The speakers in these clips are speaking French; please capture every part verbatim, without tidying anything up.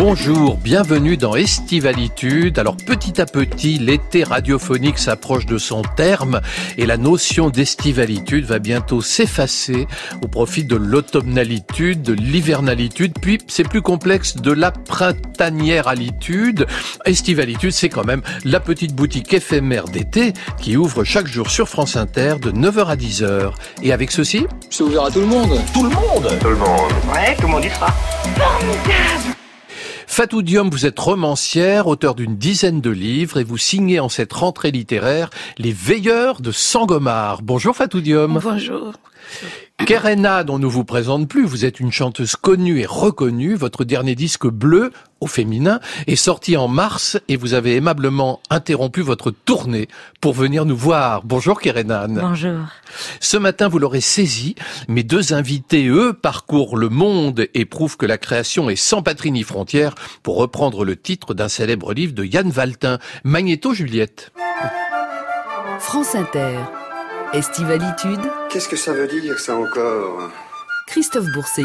Bonjour, bienvenue dans Estivalitude. Alors petit à petit, l'été radiophonique s'approche de son terme et la notion d'estivalitude va bientôt s'effacer au profit de l'automnalitude, de l'hivernalitude, puis c'est plus complexe, de la printanière-alitude. Estivalitude, c'est quand même la petite boutique éphémère d'été qui ouvre chaque jour sur France Inter de neuf heures à dix heures. Et avec ceci, c'est ouvert à tout le monde. Tout le monde Tout le monde. Ouais, tout le monde y sera. Formidable! Fatou Diom, vous êtes romancière, auteur d'une dizaine de livres et vous signez en cette rentrée littéraire Les Veilleurs de Sangomar. Bonjour Fatou Diom. Bonjour. Kerenad, dont on ne vous présente plus, vous êtes une chanteuse connue et reconnue. Votre dernier disque Bleu, au féminin, est sorti en mars et vous avez aimablement interrompu votre tournée pour venir nous voir. Bonjour Kerenad. Bonjour. Ce matin, vous l'aurez saisi, mes deux invités, eux, parcourent le monde et prouvent que la création est sans patrie ni frontières, pour reprendre le titre d'un célèbre livre de Yann Valtin, Magnéto Juliette. France Inter. Estivalitude. Qu'est-ce que ça veut dire, ça encore ? Christophe Bourseiller.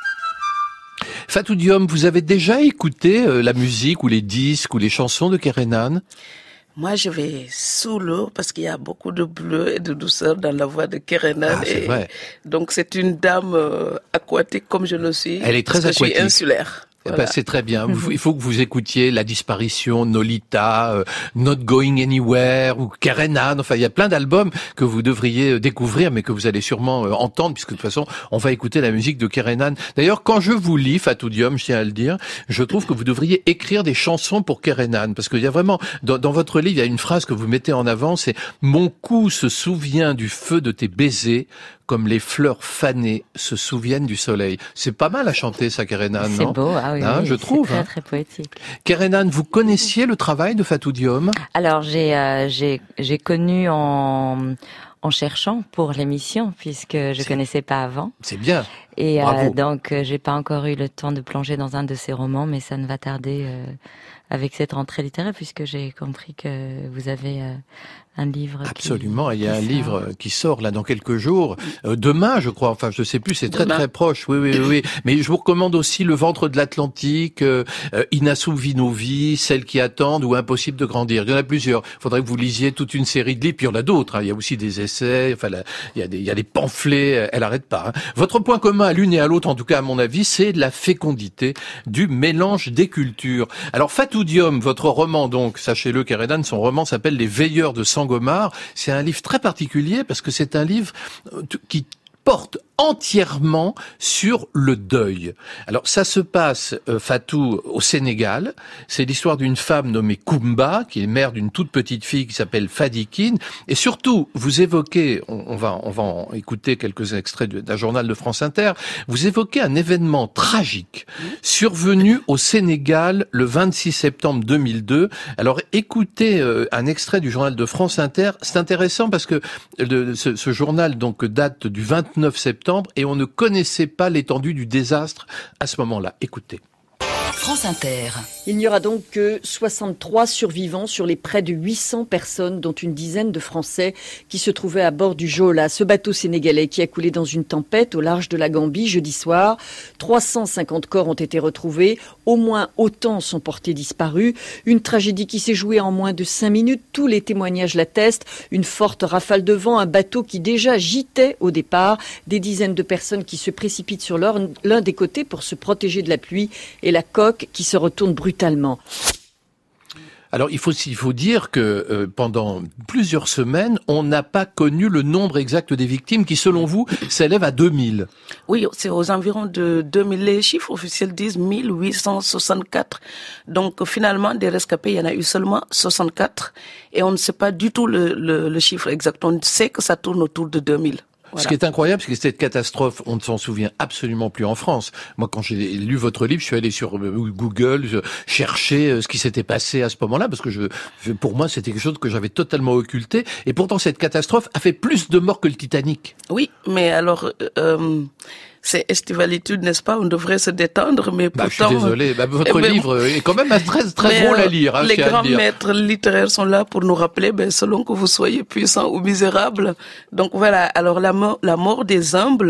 Fatou Diom, vous avez déjà écouté euh, la musique ou les disques ou les chansons de Kerenad ? Moi, je vais sous l'eau parce qu'il y a beaucoup de bleu et de douceur dans la voix de Kerenad. Ah, c'est et vrai. Donc, c'est une dame euh, aquatique comme je le suis. Elle est très parce que aquatique. Je suis insulaire. Voilà. Ben, c'est très bien. Il faut que vous écoutiez La Disparition, Nolita, euh, Not Going Anywhere ou Kerenad. Enfin, il y a plein d'albums que vous devriez découvrir, mais que vous allez sûrement euh, entendre, puisque de toute façon, on va écouter la musique de Kerenad. D'ailleurs, quand je vous lis, Fatou Diom, je tiens à le dire, je trouve que vous devriez écrire des chansons pour Kerenad, parce qu'il y a vraiment, dans, dans votre livre, il y a une phrase que vous mettez en avant, c'est « Mon cou se souvient du feu de tes baisers, comme les fleurs fanées se souviennent du soleil ». C'est pas mal à chanter, ça, Kerenad, non ? C'est beau, ah oui, hein, oui je trouve. C'est très, hein. très poétique. Kerenad, vous connaissiez le travail de Fatou Diom ? Alors, j'ai, euh, j'ai, j'ai connu en, en cherchant pour l'émission, puisque je C'est... connaissais pas avant. C'est bien. Et Bravo. euh, donc, euh, j'ai pas encore eu le temps de plonger dans un de ses romans, mais ça ne va tarder euh, avec cette rentrée littéraire, puisque j'ai compris que vous avez euh, un livre. Absolument, qui, il y a un sort. livre qui sort là dans quelques jours, euh, demain je crois, enfin je sais plus, c'est très Demain. très proche, oui oui oui, mais je vous recommande aussi Le Ventre de l'Atlantique, euh, euh, Inassouvis nos vies, Celles qui attendent ou Impossible de grandir, il y en a plusieurs, il faudrait que vous lisiez toute une série de livres, puis il y en a d'autres, hein. Il y a aussi des essais, enfin là, il y a des, il y a des pamphlets, elle arrête pas. Hein. Votre point commun à l'une et à l'autre, en tout cas à mon avis, c'est la fécondité du mélange des cultures. Alors Fatou Diom, votre roman donc, sachez-le Kerenad, son roman s'appelle Les Veilleurs de Sangomar. C'est un livre très particulier parce que c'est un livre qui porte entièrement sur le deuil. Alors ça se passe, euh, Fatou, au Sénégal. C'est l'histoire d'une femme nommée Koumba, qui est mère d'une toute petite fille qui s'appelle Fadikine. Et surtout, vous évoquez, on, on va on va en écouter quelques extraits de, d'un journal de France Inter, vous évoquez un événement tragique survenu au Sénégal le vingt-six septembre deux mille deux. Alors écoutez euh, un extrait du journal de France Inter. C'est intéressant parce que le, ce, ce journal donc date du vingt-neuf septembre et on ne connaissait pas l'étendue du désastre à ce moment-là. Écoutez. France Inter. Il n'y aura donc que soixante-trois survivants sur les près de huit cents personnes, dont une dizaine de Français qui se trouvaient à bord du Joola, ce bateau sénégalais qui a coulé dans une tempête au large de la Gambie jeudi soir. trois cent cinquante corps ont été retrouvés, au moins autant sont portés disparus. Une tragédie qui s'est jouée en moins de cinq minutes, tous les témoignages l'attestent. Une forte rafale de vent, un bateau qui déjà gîtait au départ, des dizaines de personnes qui se précipitent sur l'un des côtés pour se protéger de la pluie et la coque qui se retourne brutalement. Alors, il faut, il faut dire que euh, pendant plusieurs semaines, on n'a pas connu le nombre exact des victimes qui, selon vous, s'élève à deux mille. Oui, c'est aux environs de deux mille. Les chiffres officiels disent mille huit cent soixante-quatre. Donc, finalement, des rescapés, il y en a eu seulement soixante-quatre. Et on ne sait pas du tout le, le, le chiffre exact. On sait que ça tourne autour de deux mille. Voilà. Ce qui est incroyable, c'est que cette catastrophe, on ne s'en souvient absolument plus en France. Moi, quand j'ai lu votre livre, je suis allé sur Google, je cherchais ce qui s'était passé à ce moment-là, parce que je, pour moi, c'était quelque chose que j'avais totalement occulté. Et pourtant, cette catastrophe a fait plus de morts que le Titanic. Oui, mais alors... Euh... c'est estivalitude, n'est-ce pas? On devrait se détendre, mais bah, pourtant... je suis désolé. Bah, votre eh ben, livre est quand même très, très drôle à lire. Hein, les grands maîtres littéraires sont là pour nous rappeler, ben, selon que vous soyez puissant ou misérable. Donc voilà. Alors la mort, la mort des humbles,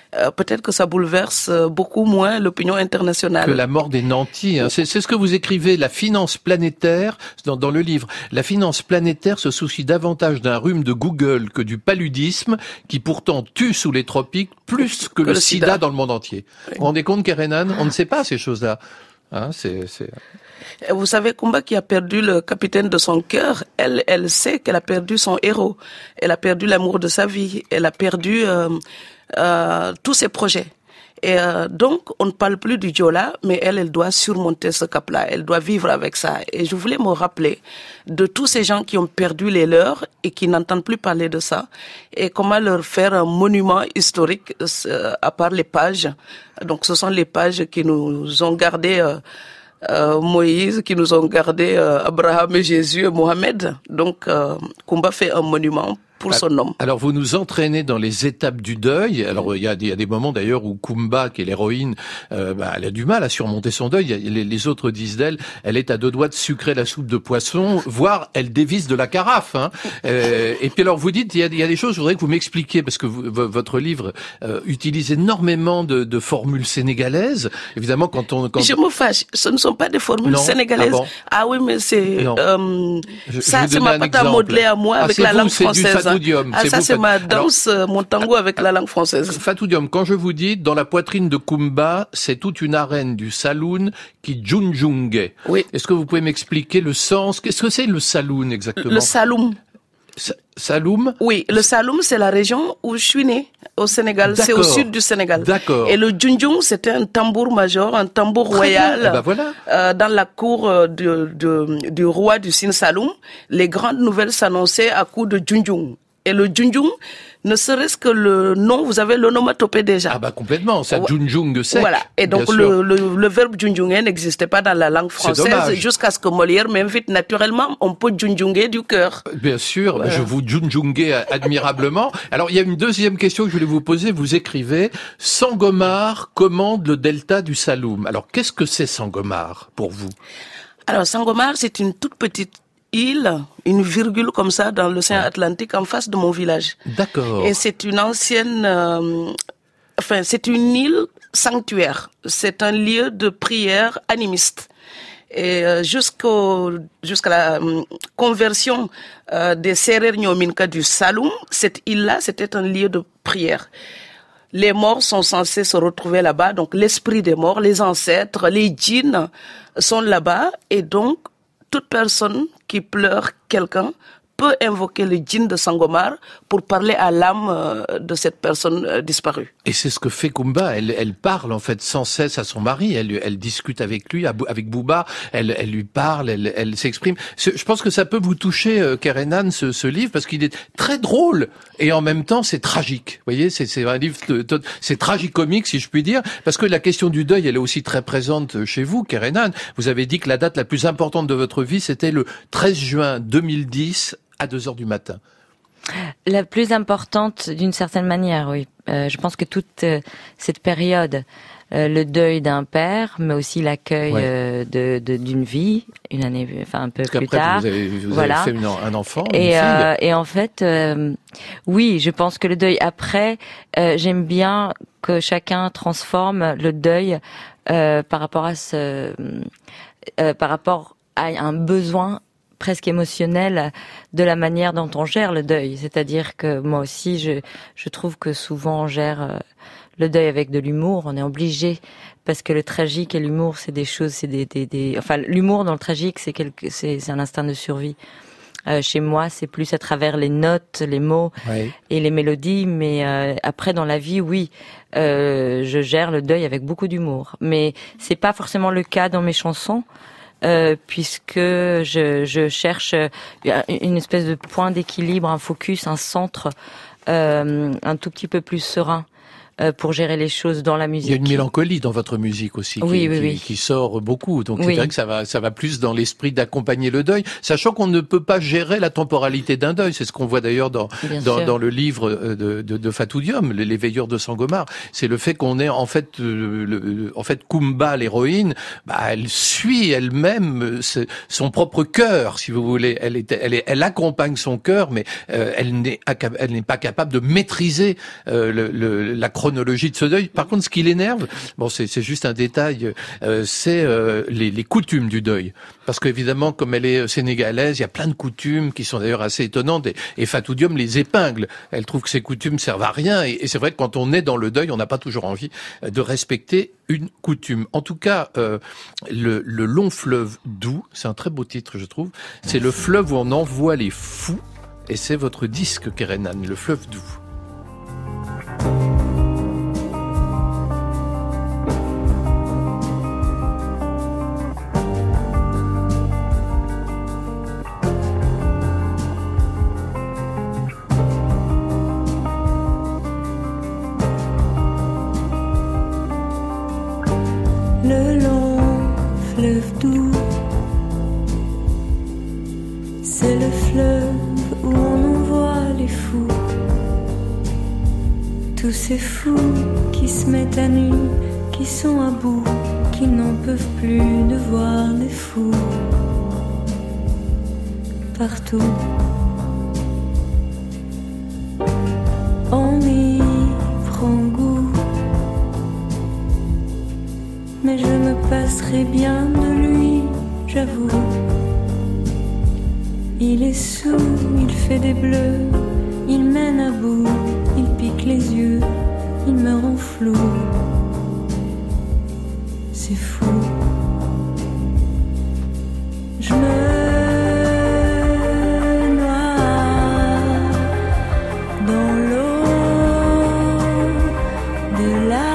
euh, peut-être que ça bouleverse beaucoup moins l'opinion internationale. Que la mort des nantis. Hein. C'est, c'est ce que vous écrivez, la finance planétaire, dans, dans le livre. La finance planétaire se soucie davantage d'un rhume de Google que du paludisme, qui pourtant tue sous les tropiques plus que, que le, le sida. sida dans le monde entier. Oui. Vous vous rendez compte, Kerenan? On ne sait pas ces choses-là. Hein, c'est, c'est... Vous savez, Kumba qui a perdu le capitaine de son cœur, elle, elle sait qu'elle a perdu son héros. Elle a perdu l'amour de sa vie. Elle a perdu euh, euh, tous ses projets. Et euh, donc, on ne parle plus du Diola, mais elle, elle doit surmonter ce cap-là. Elle doit vivre avec ça. Et je voulais me rappeler de tous ces gens qui ont perdu les leurs et qui n'entendent plus parler de ça. Et comment leur faire un monument historique euh, à part les pages. Donc, ce sont les pages qui nous ont gardé euh, euh, Moïse, qui nous ont gardé euh, Abraham et Jésus et Mohamed. Donc, euh, Kumba fait un monument pour son homme. Alors vous nous entraînez dans les étapes du deuil. Alors il y a des, il y a des moments d'ailleurs où Kumba, qui est l'héroïne, euh, bah, elle a du mal à surmonter son deuil. Les, les autres disent d'elle, elle est à deux doigts de sucrer la soupe de poisson, voire elle dévisse de la carafe. Hein. Euh, et puis alors vous dites, il y a, il y a des choses, je voudrais que vous m'expliquiez, parce que vous, votre livre euh, utilise énormément de, de formules sénégalaises. Évidemment, quand on... Quand... Je me fâche, ce ne sont pas des formules non. sénégalaises. Ah, bon. Ah oui, mais c'est... Euh, je, ça, je c'est ma pâte à modeler à moi ah, avec la vous, langue c'est française. Du Fatoudium, ah, c'est ça, vous, c'est Fat... ma danse, Alors, mon tango avec la langue française. Fatoudium, quand je vous dis, dans la poitrine de Kumba, c'est toute une arène du saloon qui djunjungue. Oui. Est-ce que vous pouvez m'expliquer le sens? Qu'est-ce que c'est le saloon exactement? Le saloum. Sa- Saloum? Oui, le Saloum, c'est la région où je suis née, au Sénégal. D'accord. C'est au sud du Sénégal. D'accord. Et le djunjung, c'était un tambour major, un tambour royal. Eh ben voilà. euh, dans la cour de, de, du roi du Sine Saloum, les grandes nouvelles s'annonçaient à coup de djunjung. Et le djunjung, ne serait-ce que le nom, vous avez l'onomatopée déjà. Ah bah complètement, ça djunjung sec. Voilà. Et donc le, le, le verbe djunjunger n'existait pas dans la langue française jusqu'à ce que Molière m'invite naturellement, on peut djunjunger du cœur. Bien sûr, voilà. Je vous djunjunger admirablement. Alors il y a une deuxième question que je voulais vous poser. Vous écrivez « Sangomar commande le delta du Saloum ». Alors qu'est-ce que c'est Sangomar pour vous? Alors Sangomar, c'est une toute petite île, une virgule comme ça dans l'océan Atlantique en face de mon village. D'accord. Et c'est une ancienne, euh, enfin c'est une île sanctuaire. C'est un lieu de prière animiste. Et euh, jusqu'au jusqu'à la euh, conversion euh, des Serer Nyominka du Saloum, cette île-là, c'était un lieu de prière. Les morts sont censés se retrouver là-bas, donc l'esprit des morts, les ancêtres, les djinns sont là-bas, et donc toute personne qui pleure quelqu'un peut invoquer le djinn de Sangomar pour parler à l'âme de cette personne disparue. Et c'est ce que fait Kumba. Elle, elle parle en fait sans cesse à son mari. Elle, elle discute avec lui, avec Bouba. Elle, elle lui parle, elle, elle s'exprime. Je pense que ça peut vous toucher, euh, Kerenan, ce, ce livre, parce qu'il est très drôle et en même temps c'est tragique. Vous voyez, c'est, c'est un livre, de, de, c'est tragicomique si je puis dire, parce que la question du deuil, elle est aussi très présente chez vous, Kerenan. Vous avez dit que la date la plus importante de votre vie, c'était le treize juin deux mille dix. À deux heures du matin. La plus importante, d'une certaine manière, oui. Euh, je pense que toute euh, cette période, euh, le deuil d'un père, mais aussi l'accueil ouais. euh, de, de, d'une vie, une année, enfin un peu Parce plus qu'après, tard. Vous avez, vous voilà. avez fait une, un enfant, et, une fille. Euh, et en fait, euh, oui, je pense que le deuil. Après, euh, j'aime bien que chacun transforme le deuil euh, par rapport à ce, euh, par rapport à un besoin presque émotionnel de la manière dont on gère le deuil. C'est-à-dire que moi aussi, je, je trouve que souvent on gère euh, le deuil avec de l'humour. On est obligé, parce que le tragique et l'humour, c'est des choses, c'est des, des, des... Enfin, l'humour dans le tragique, c'est, quelque, c'est, c'est un instinct de survie. Euh, chez moi, c'est plus à travers les notes, les mots oui. et les mélodies. Mais euh, après, dans la vie, oui, euh, je gère le deuil avec beaucoup d'humour. Mais c'est pas forcément le cas dans mes chansons. Euh, puisque je, je cherche une espèce de point d'équilibre, un focus, un centre euh, un tout petit peu plus serein euh, pour gérer les choses dans la musique. Il y a une mélancolie dans votre musique aussi, oui, qui, oui, qui, oui. qui sort beaucoup. Donc oui. c'est vrai que ça va, ça va plus dans l'esprit d'accompagner le deuil, sachant qu'on ne peut pas gérer la temporalité d'un deuil. C'est ce qu'on voit d'ailleurs dans dans, dans le livre de, de, de Fatoudium, Les Veilleurs de Sangomar. C'est le fait qu'on est en fait, le, le, en fait, Kumba, l'héroïne, bah, elle suit elle-même son propre cœur, si vous voulez. Elle est, elle est, elle accompagne son cœur, mais euh, elle n'est, elle n'est pas capable de maîtriser euh, le, le, la chronologie chronologie de ce deuil. Par contre, ce qui l'énerve, bon, c'est, c'est juste un détail, euh, c'est euh, les, les coutumes du deuil. Parce qu'évidemment, comme elle est sénégalaise, il y a plein de coutumes qui sont d'ailleurs assez étonnantes. Et, et Fatou Diom les épingle. Elle trouve que ces coutumes servent à rien. Et, et c'est vrai que quand on est dans le deuil, on n'a pas toujours envie de respecter une coutume. En tout cas, euh, le, le long fleuve doux, c'est un très beau titre, je trouve. C'est le fleuve où on envoie les fous. Et c'est votre disque, Kerenan, le fleuve doux. Le long fleuve doux, c'est le fleuve où on envoie les fous. Tous ces fous qui se mettent à nu, qui sont à bout, qui n'en peuvent plus de voir des fous partout. On y prend goût, mais je me passerai bien de lui, j'avoue. Il est sous, il fait des bleus, il mène à bout, il pique les yeux, il me rend flou. C'est fou. Je me noie dans l'eau de la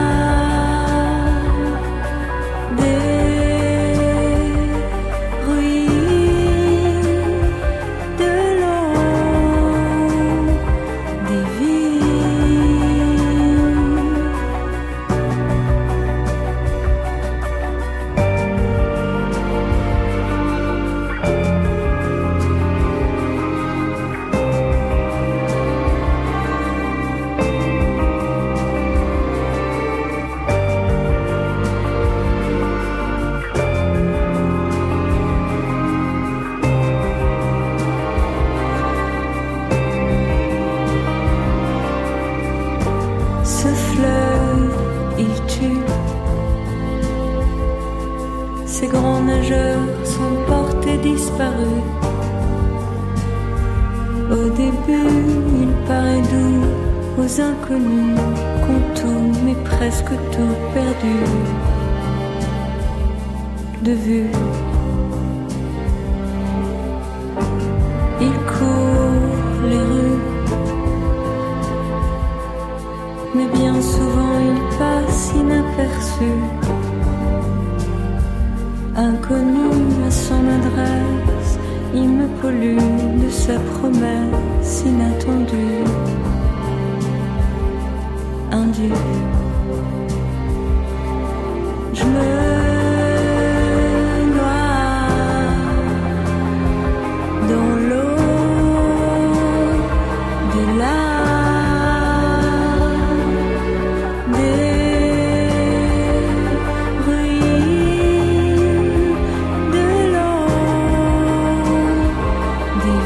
inconnus, qu'ont tout, mais presque tout perdu de vue. Il court les rues, mais bien souvent il passe inaperçu. Inconnu à son adresse, il me pollue de sa promesse inattendue. Indus. Je me noie dans l'eau de la des ruines de l'eau des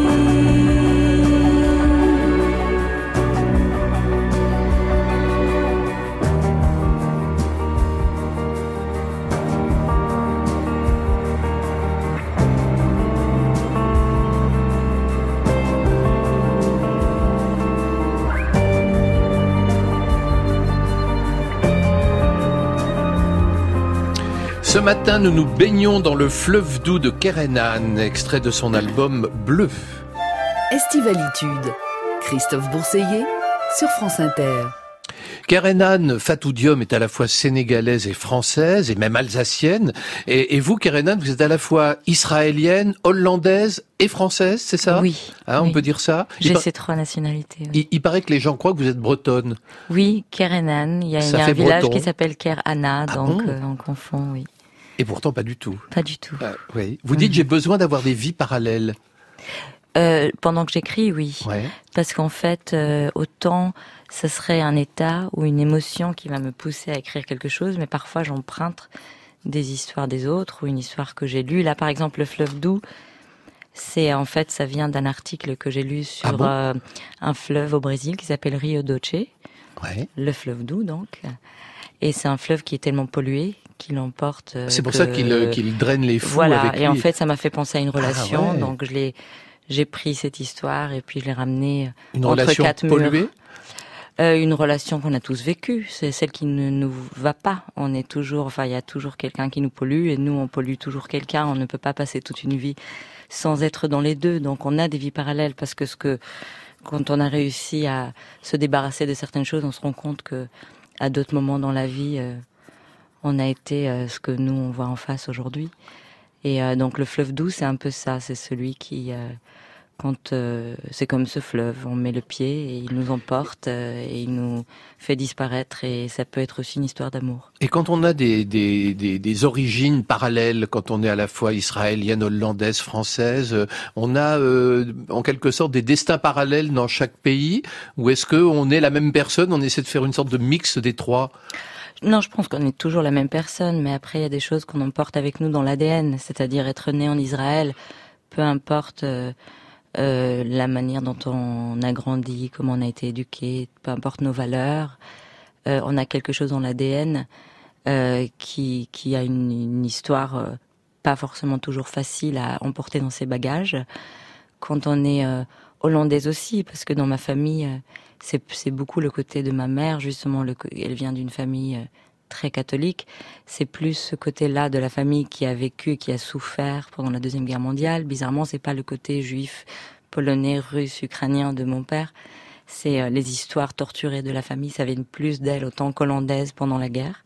Ce matin, nous nous baignons dans le fleuve doux de Kerenan, extrait de son album Bleu. Estivalitude. Christophe Bourseiller sur France Inter. Kerenan Fatou Diom est à la fois sénégalaise et française, et même alsacienne. Et, et vous, Kerenan, vous êtes à la fois israélienne, hollandaise et française, c'est ça? Oui. Hein, oui. On peut dire ça? J'ai par... ces trois nationalités. Oui. Il, il paraît que les gens croient que vous êtes bretonne. Oui, Kerenan. Il y a, il y a un village breton. Qui s'appelle Kerana, ah donc bon euh, on confond, oui. Et pourtant, pas du tout. Pas du tout. Ah, oui. Vous dites, oui. J'ai besoin d'avoir des vies parallèles. Euh, pendant que j'écris, oui. Ouais. Parce qu'en fait, euh, autant ce serait un état ou une émotion qui va me pousser à écrire quelque chose, mais parfois j'emprunte des histoires des autres ou une histoire que j'ai lue. Là, par exemple, le fleuve doux, c'est en fait, ça vient d'un article que j'ai lu sur ah bon euh, un fleuve au Brésil qui s'appelle Rio Doce. Ouais. Le fleuve Doubs, donc. Et c'est un fleuve qui est tellement pollué qu'il emporte... Euh, c'est pour que... ça qu'il, qu'il draine les fous voilà. avec lui. Et en fait, ça m'a fait penser à une relation. Ah ouais. Donc, je l'ai, j'ai pris cette histoire et puis je l'ai ramenée une entre relation quatre polluée murs. Euh, une relation qu'on a tous vécue, c'est celle qui ne nous va pas. On est toujours, enfin, il y a toujours quelqu'un qui nous pollue et nous, on pollue toujours quelqu'un. On ne peut pas passer toute une vie sans être dans les deux. Donc, on a des vies parallèles parce que ce que, quand on a réussi à se débarrasser de certaines choses, on se rend compte que, à d'autres moments dans la vie, euh, on a été euh, ce que nous on voit en face aujourd'hui. Et euh, donc, le fleuve Doubs, c'est un peu ça. C'est celui qui euh, Quand euh, c'est comme ce fleuve, on met le pied et il nous emporte euh, et il nous fait disparaître et ça peut être aussi une histoire d'amour. Et quand on a des, des, des, des origines parallèles, quand on est à la fois israélienne, hollandaise, française, on a euh, en quelque sorte des destins parallèles dans chaque pays, ou est-ce que on est la même personne, on essaie de faire une sorte de mix des trois? Non, je pense qu'on est toujours la même personne, mais après il y a des choses qu'on emporte avec nous dans l'A D N, c'est-à-dire être né en Israël, peu importe... Euh, Euh, la manière dont on a grandi, comment on a été éduqué, peu importe nos valeurs, euh, on a quelque chose dans l'A D N euh, qui, qui a une, une histoire euh, pas forcément toujours facile à emporter dans ses bagages. Quand on est euh, hollandaise aussi, parce que dans ma famille, euh, c'est, c'est beaucoup le côté de ma mère, justement, le, elle vient d'une famille euh, très catholique, c'est plus ce côté-là de la famille qui a vécu, qui a souffert pendant la Deuxième Guerre mondiale. Bizarrement, c'est pas le côté juif, polonais, russe, ukrainien de mon père. C'est euh, les histoires torturées de la famille, ça vient plus d'elle autant qu'hollandaise pendant la guerre.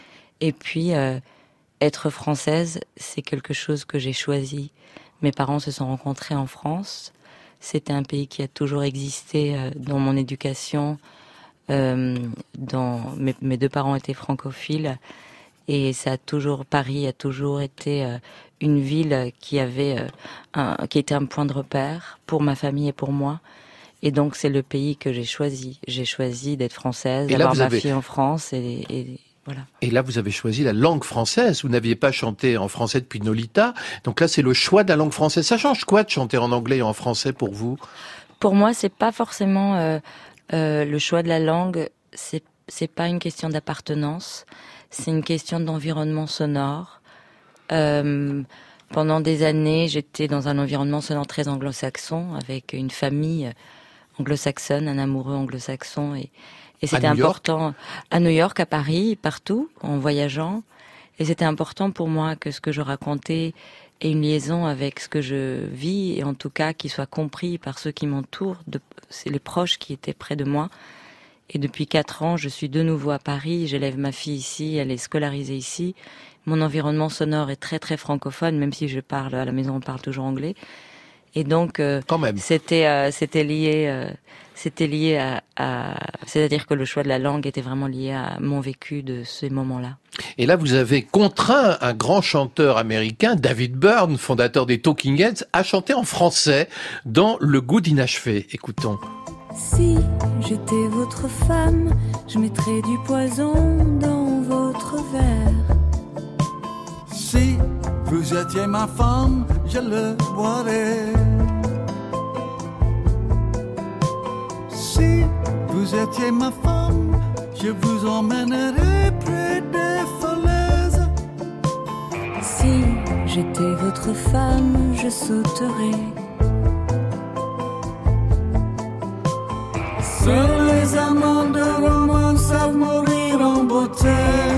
Et puis, euh, être française, c'est quelque chose que j'ai choisi. Mes parents se sont rencontrés en France. C'était un pays qui a toujours existé euh, dans mon éducation. Euh, dans, mes, mes deux parents étaient francophiles et ça a toujours, Paris a toujours été euh, une ville qui avait euh, un, qui était un point de repère pour ma famille et pour moi. Et donc c'est le pays que j'ai choisi. J'ai choisi d'être française, d'avoir ma avez... fille en France et, et voilà. Et là vous avez choisi la langue française. Vous n'aviez pas chanté en français depuis Nolita. Donc là c'est le choix de la langue française. Ça change quoi de chanter en anglais et en français pour vous? Pour moi c'est pas forcément euh, Euh, le choix de la langue, c'est c'est pas une question d'appartenance, c'est une question d'environnement sonore. Euh, pendant des années, j'étais dans un environnement sonore très anglo-saxon, avec une famille anglo-saxonne, un amoureux anglo-saxon, et, et c'était important à New York, à Paris, partout, en voyageant. Et c'était important pour moi que ce que je racontais ait une liaison avec ce que je vis, et en tout cas qu'il soit compris par ceux qui m'entourent, de, c'est les proches qui étaient près de moi. Et depuis quatre ans, je suis de nouveau à Paris, j'élève ma fille ici, elle est scolarisée ici. Mon environnement sonore est très très francophone, même si je parle, à la maison on parle toujours anglais. Et donc, euh, Quand même. c'était euh, c'était lié, euh, c'était lié à, à, c'est-à-dire que le choix de la langue était vraiment lié à mon vécu de ces moments-là. Et là, vous avez contraint un grand chanteur américain, David Byrne, fondateur des Talking Heads, à chanter en français dans Le goût d'inachevé. Écoutons. Si j'étais votre femme, je mettrais du poison dans votre verre. Si vous étiez ma femme, je le boirais. Si vous étiez ma femme, je vous emmènerais près des falaises. Si j'étais votre femme, je sauterais. Seuls les amants de romance savent mourir en beauté.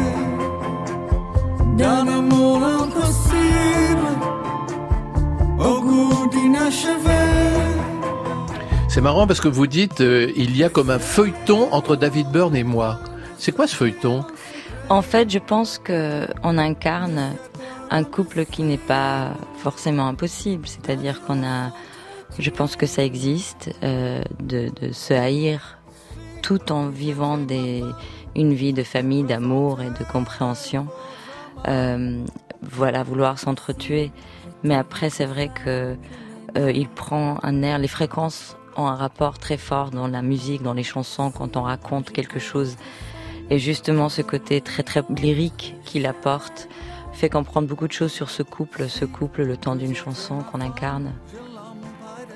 D'un amour impossible, au goût d'inachevé. C'est marrant parce que vous dites euh, il y a comme un feuilleton entre David Byrne et moi. C'est quoi ce feuilleton? En fait, je pense que on incarne un couple qui n'est pas forcément impossible. C'est-à-dire qu'on a, je pense que ça existe, euh, de, de se haïr tout en vivant des, une vie de famille, d'amour et de compréhension. Euh, voilà, vouloir s'entretuer. Mais après, c'est vrai que euh, il prend un air, les fréquences ont un rapport très fort dans la musique, dans les chansons, quand on raconte quelque chose. Et justement, ce côté très très lyrique qu'il apporte fait comprendre beaucoup de choses sur ce couple, ce couple, le temps d'une chanson qu'on incarne.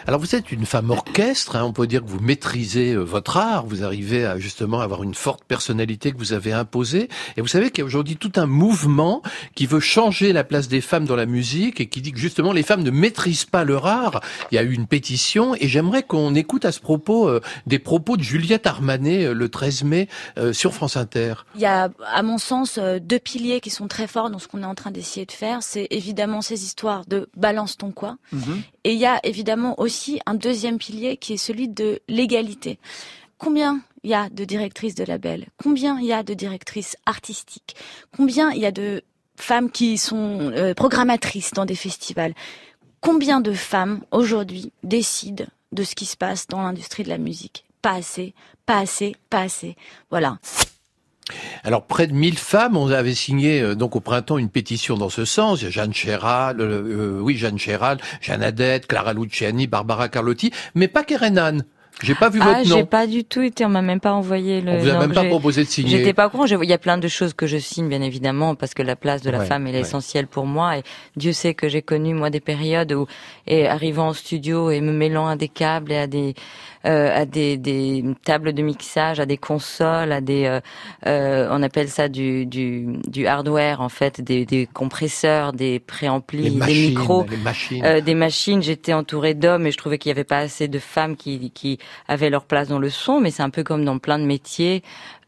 Alors vous êtes une femme orchestre, hein, on peut dire que vous maîtrisez euh, votre art, vous arrivez à justement avoir une forte personnalité que vous avez imposée, et vous savez qu'il y a aujourd'hui tout un mouvement qui veut changer la place des femmes dans la musique et qui dit que justement les femmes ne maîtrisent pas leur art. Il y a eu une pétition et j'aimerais qu'on écoute à ce propos euh, des propos de Juliette Armanet euh, le treize mai euh, sur France Inter. Il y a, à mon sens, euh, deux piliers qui sont très forts dans ce qu'on est en train d'essayer de faire. C'est évidemment ces histoires de balance ton quoi. Mmh. Et il y a évidemment aussi un deuxième pilier qui est celui de l'égalité. Combien il y a de directrices de labels? Combien il y a de directrices artistiques? Combien il y a de femmes qui sont euh, programmatrices dans des festivals? Combien de femmes aujourd'hui décident de ce qui se passe dans l'industrie de la musique? Pas assez, pas assez, pas assez. Voilà. Alors près de mille femmes, on avait signé euh, donc au printemps une pétition dans ce sens. Il y a Jeanne Chéral, euh, euh, oui Jeanne Chéral, Jeanne Adette, Clara Luciani, Barbara Carlotti, mais pas Kerenan. J'ai pas vu ah, votre nom. J'ai pas du tout été, on m'a même pas envoyé le. On vous a non, même pas proposé de signer. J'étais pas au courant. Il y a plein de choses que je signe, bien évidemment, parce que la place de la ouais, femme elle est ouais. essentielle pour moi. Et Dieu sait que j'ai connu moi des périodes où, et arrivant au studio et me mêlant à des câbles et à des euh, à des, des tables de mixage, à des consoles, à des euh, euh, on appelle ça du du du hardware en fait, des, des compresseurs, des préamplis, des micros, les machines. Euh, des machines. J'étais entourée d'hommes et je trouvais qu'il y avait pas assez de femmes qui qui avaient leur place dans le son, mais c'est un peu comme dans plein de métiers.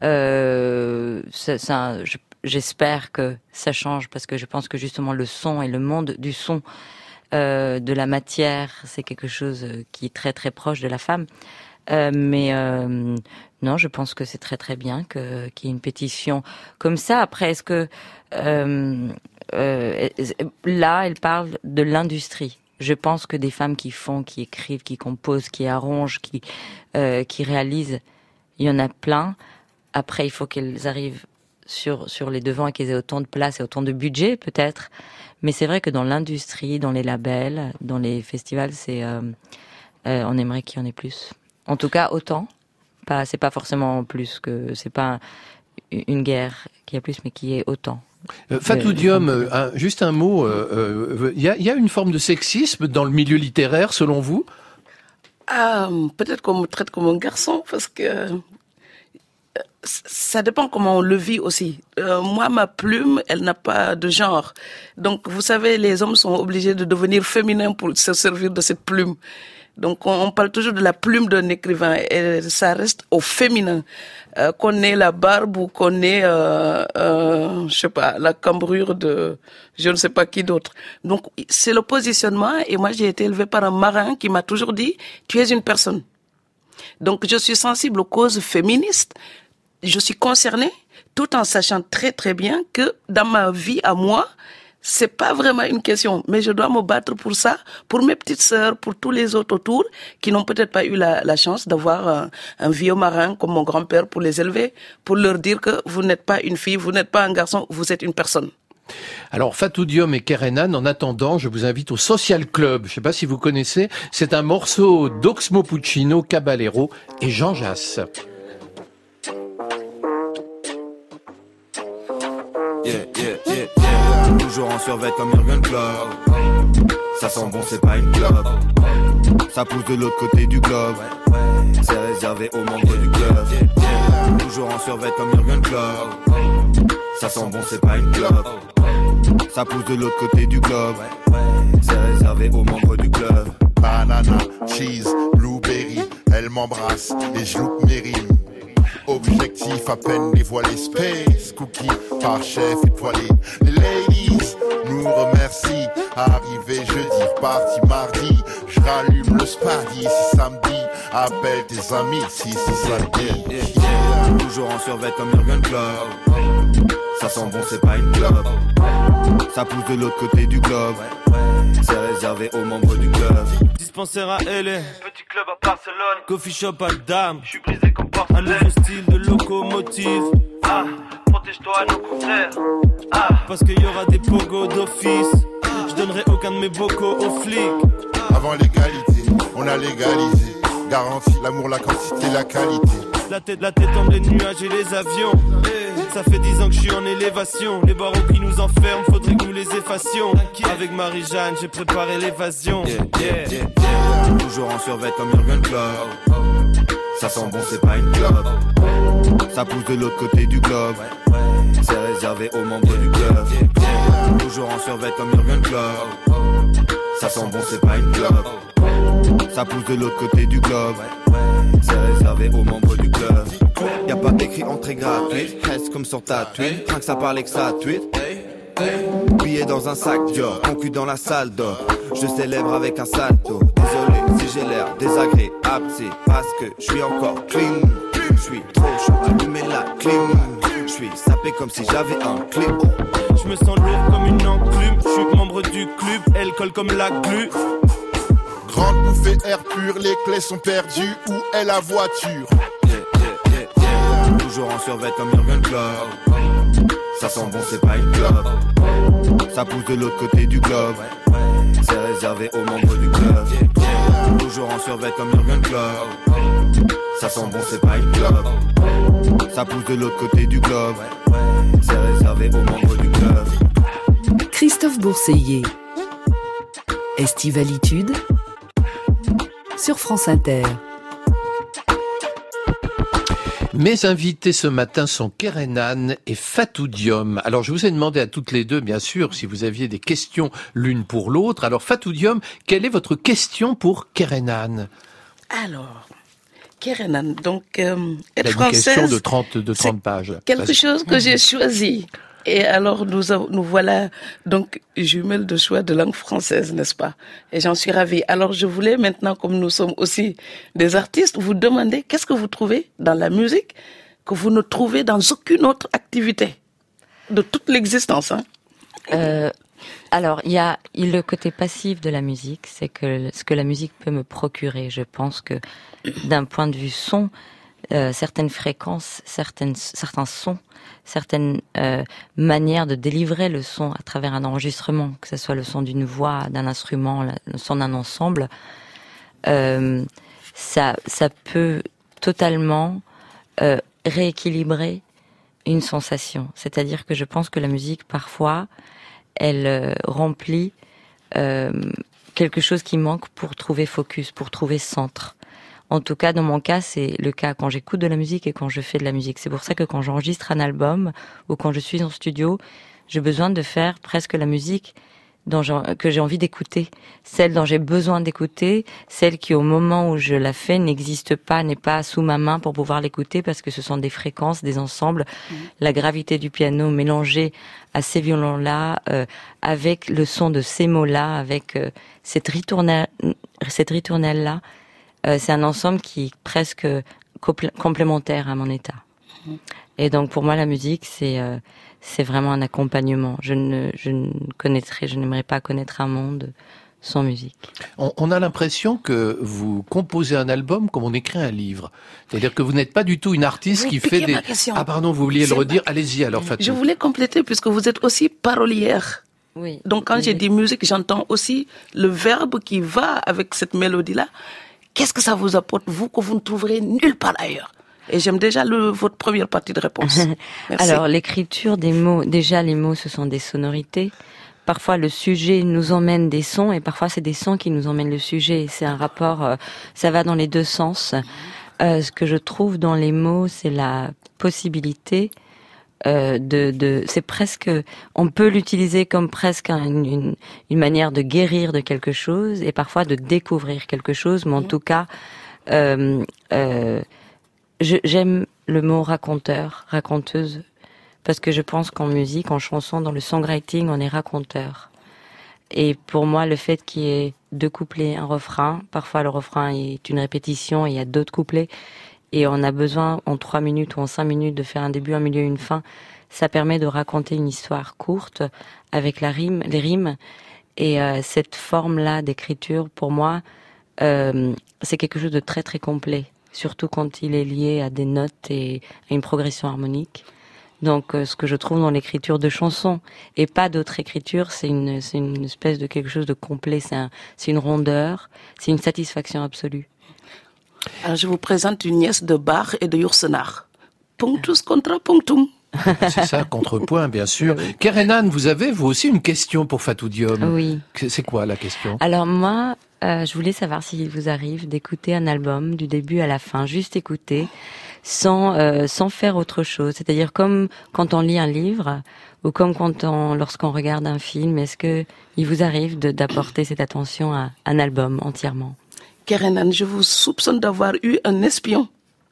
Euh, ça, ça, je, j'espère que ça change parce que je pense que justement le son et le monde du son, euh, de la matière, c'est quelque chose qui est très très proche de la femme. Euh, mais euh, non, je pense que c'est très très bien que qu'il y ait une pétition comme ça. Après, est-ce que euh, euh, là, elle parle de l'industrie. Je pense que des femmes qui font, qui écrivent, qui composent, qui arrangent, qui euh, qui réalisent, il y en a plein. Après, il faut qu'elles arrivent sur sur les devants et qu'elles aient autant de place et autant de budget, peut-être. Mais c'est vrai que dans l'industrie, dans les labels, dans les festivals, c'est euh, euh, on aimerait qu'il y en ait plus. En tout cas, autant. Pas, c'est pas forcément plus que c'est pas une guerre qui a plus, mais qui est autant. Euh, Fatou Diom, euh, un, juste un mot. Il euh, euh, y, a, y a une forme de sexisme dans le milieu littéraire, selon vous? Ah, peut-être qu'on me traite comme un garçon, parce que euh, ça dépend comment on le vit aussi. Euh, moi, ma plume, elle n'a pas de genre. Donc, vous savez, les hommes sont obligés de devenir féminins pour se servir de cette plume. Donc, on, on parle toujours de la plume d'un écrivain et ça reste au féminin. Euh, qu'on ait la barbe ou qu'on ait, euh, euh, je sais pas, la cambrure de je ne sais pas qui d'autre. Donc, c'est le positionnement et moi, j'ai été élevée par un marin qui m'a toujours dit, tu es une personne. Donc, je suis sensible aux causes féministes. Je suis concernée tout en sachant très très bien que dans ma vie à moi, c'est pas vraiment une question, mais je dois me battre pour ça, pour mes petites sœurs, pour tous les autres autour qui n'ont peut-être pas eu la, la chance d'avoir un, un vieux marin comme mon grand-père pour les élever, pour leur dire que vous n'êtes pas une fille, vous n'êtes pas un garçon, vous êtes une personne. Alors Fatou Diom et Kerenan, en attendant, je vous invite au Social Club. Je ne sais pas si vous connaissez, c'est un morceau d'Oxmo Puccino, Caballero et Jean Jass. Yeah, yeah, yeah, yeah. Toujours en survêt comme Jürgen Klopp. Ça sent bon, c'est pas une clope. Ça pousse de l'autre côté du globe. C'est réservé aux membres du club. Toujours en survêt comme Jürgen Klopp. Ça sent bon, c'est pas une clope. Ça pousse de l'autre côté du globe. C'est réservé aux membres du club. Banana, cheese, blueberry. Elle m'embrasse et je loupe mes rimes. Objectif à peine dévoilé, space cookie par chef étoilé. Les ladies nous remercient. Arrivé jeudi, reparti mardi. Je rallume le spardy si samedi. Appelle tes amis si si samedi. Yeah, yeah, yeah. Toujours en survêt comme Jürgen Klopp. Ça sent bon, c'est pas une clope. Ça pousse de l'autre côté du globe. C'est réservé aux membres du club. Dispensaire à L A, petit club à Barcelone, coffee shop à Dame. Je suis brisé comme porte. Un nouveau style de locomotive. Ah, protège-toi à nos contraires. Ah, parce qu'il y aura des pogos d'office. Je donnerai aucun de mes bocaux aux flics. Avant l'égalité, on a légalisé. Garantie, l'amour, la quantité, la qualité. La tête, la tête dans les nuages et les avions. Hey. Ça fait dix ans que je suis en élévation. Les barreaux qui nous enferment, faudrait que nous les effacions. Avec Marie-Jeanne, j'ai préparé l'évasion. Yeah, yeah, yeah, yeah. Toujours en survêt comme Jürgen Klopp. Ça sent bon, c'est pas une clope. Ça pousse de l'autre côté du globe. C'est réservé aux membres du club. Toujours en survêt comme Jürgen Klopp. Ça sent bon, c'est pas une clope. Ça pousse de l'autre côté du globe. C'est réservé aux membres du club. Y'a pas d'écrit entrée gratuite. Reste comme sur ta tuile. Rien que ça parle et que ça tweet. Billet dans un sac Dior, concu dans la salle d'or. Je célèbre avec un salto. Désolé si j'ai l'air désagréable, c'est parce que je suis encore clean. Je suis trop chaud, allumer la clim. Je suis sapé comme si j'avais un clip. Je me sens lourd comme une enclume. Je suis membre du club, elle colle comme la glu. Grande bouffée air pur, les clés sont perdues. Où est la voiture? Yeah, yeah, yeah, yeah. Toujours en survêt comme Jürgen Klopp. Ça sent bon, c'est pas une clope. Ça pousse de l'autre côté du globe. C'est réservé aux membres du club. Toujours en survêt comme Jürgen Klopp. Ça sent bon, c'est pas une clope. Ça pousse de l'autre côté du globe. C'est réservé aux membres du club. Christophe Bourseiller. Estivalitude sur France Inter. Mes invités ce matin sont Kerenan et Fatou Diom. Alors, je vous ai demandé à toutes les deux, bien sûr, si vous aviez des questions l'une pour l'autre. Alors, Fatou Diom, quelle est votre question pour Kerenan? Alors, Kerenan, donc, euh, être française... française... de trente, de trente pages. Quelque Vas-y. chose que j'ai choisi. Et alors, nous, avons, nous voilà, donc, jumelles de choix de langue française, n'est-ce pas? Et j'en suis ravie. Alors, je voulais maintenant, comme nous sommes aussi des artistes, vous demander qu'est-ce que vous trouvez dans la musique que vous ne trouvez dans aucune autre activité de toute l'existence, hein? Euh, alors, il y a le côté passif de la musique, c'est que ce que la musique peut me procurer. Je pense que d'un point de vue son, euh, certaines fréquences, certaines, certains sons, certaines euh, manières de délivrer le son à travers un enregistrement, que ce soit le son d'une voix, d'un instrument, le son d'un ensemble, euh, ça, ça peut totalement euh, rééquilibrer une sensation. C'est-à-dire que je pense que la musique, parfois, elle euh, remplit euh, quelque chose qui manque pour trouver focus, pour trouver centre. En tout cas, dans mon cas, c'est le cas quand j'écoute de la musique et quand je fais de la musique. C'est pour ça que quand j'enregistre un album ou quand je suis en studio, j'ai besoin de faire presque la musique dont j'ai, que j'ai envie d'écouter, celle dont j'ai besoin d'écouter, celle qui au moment où je la fais n'existe pas, n'est pas sous ma main pour pouvoir l'écouter parce que ce sont des fréquences, des ensembles, mmh. la gravité du piano mélangée à ces violons-là, euh, avec le son de ces mots-là, avec euh, cette ritournelle, cette ritournelle-là. Euh, c'est un ensemble qui est presque compl- complémentaire à mon état. Mmh. Et donc pour moi la musique c'est euh, c'est vraiment un accompagnement. Je ne je ne connaîtrais, je n'aimerais pas connaître un monde sans musique. On, on a l'impression que vous composez un album comme on écrit un livre. C'est-à-dire que vous n'êtes pas du tout une artiste vous qui fait des... Question. Ah pardon, vous vouliez c'est le redire? pas... Allez-y alors Fatou. Je voulais compléter puisque vous êtes aussi parolière. Oui. Donc quand oui. j'ai dit musique, j'entends aussi le verbe qui va avec cette mélodie-là. Qu'est-ce que ça vous apporte, vous, que vous ne trouverez nulle part ailleurs? Et j'aime déjà le, votre première partie de réponse. Merci. Alors, l'écriture des mots, déjà les mots, ce sont des sonorités. Parfois, le sujet nous emmène des sons et parfois, c'est des sons qui nous emmènent le sujet. C'est un rapport, euh, ça va dans les deux sens. Euh, ce que je trouve dans les mots, c'est la possibilité euh, de, de, c'est presque, on peut l'utiliser comme presque une, une, une manière de guérir de quelque chose et parfois de découvrir quelque chose, mais en tout cas, euh, euh, Je, j'aime le mot raconteur, raconteuse, parce que je pense qu'en musique, en chanson, dans le songwriting, on est raconteur. Et pour moi, le fait qu'il y ait deux couplets, un refrain, parfois le refrain est une répétition, et il y a d'autres couplets, et on a besoin en trois minutes ou en cinq minutes de faire un début, un milieu, une fin. Ça permet de raconter une histoire courte avec la rime, les rimes, et euh, cette forme-là d'écriture, pour moi, euh, c'est quelque chose de très très complet. Surtout quand il est lié à des notes et à une progression harmonique. Donc, euh, ce que je trouve dans l'écriture de chansons et pas d'autres écritures, c'est une, c'est une espèce de quelque chose de complet. C'est, un, c'est une rondeur, c'est une satisfaction absolue. Alors, je vous présente une nièce de Bach et de Yourcenar. Punctus contra punctum. C'est ça, contrepoint, bien sûr. Kerenan, vous avez, vous aussi, une question pour Fatou Diom. Oui. C'est quoi la question? Alors moi, euh, je voulais savoir s'il vous arrive d'écouter un album du début à la fin, juste écouter, sans euh, sans faire autre chose. C'est-à-dire comme quand on lit un livre ou comme quand on, lorsqu'on regarde un film. Est-ce que il vous arrive de, d'apporter cette attention à un album entièrement? Kerenan, je vous soupçonne d'avoir eu un espion.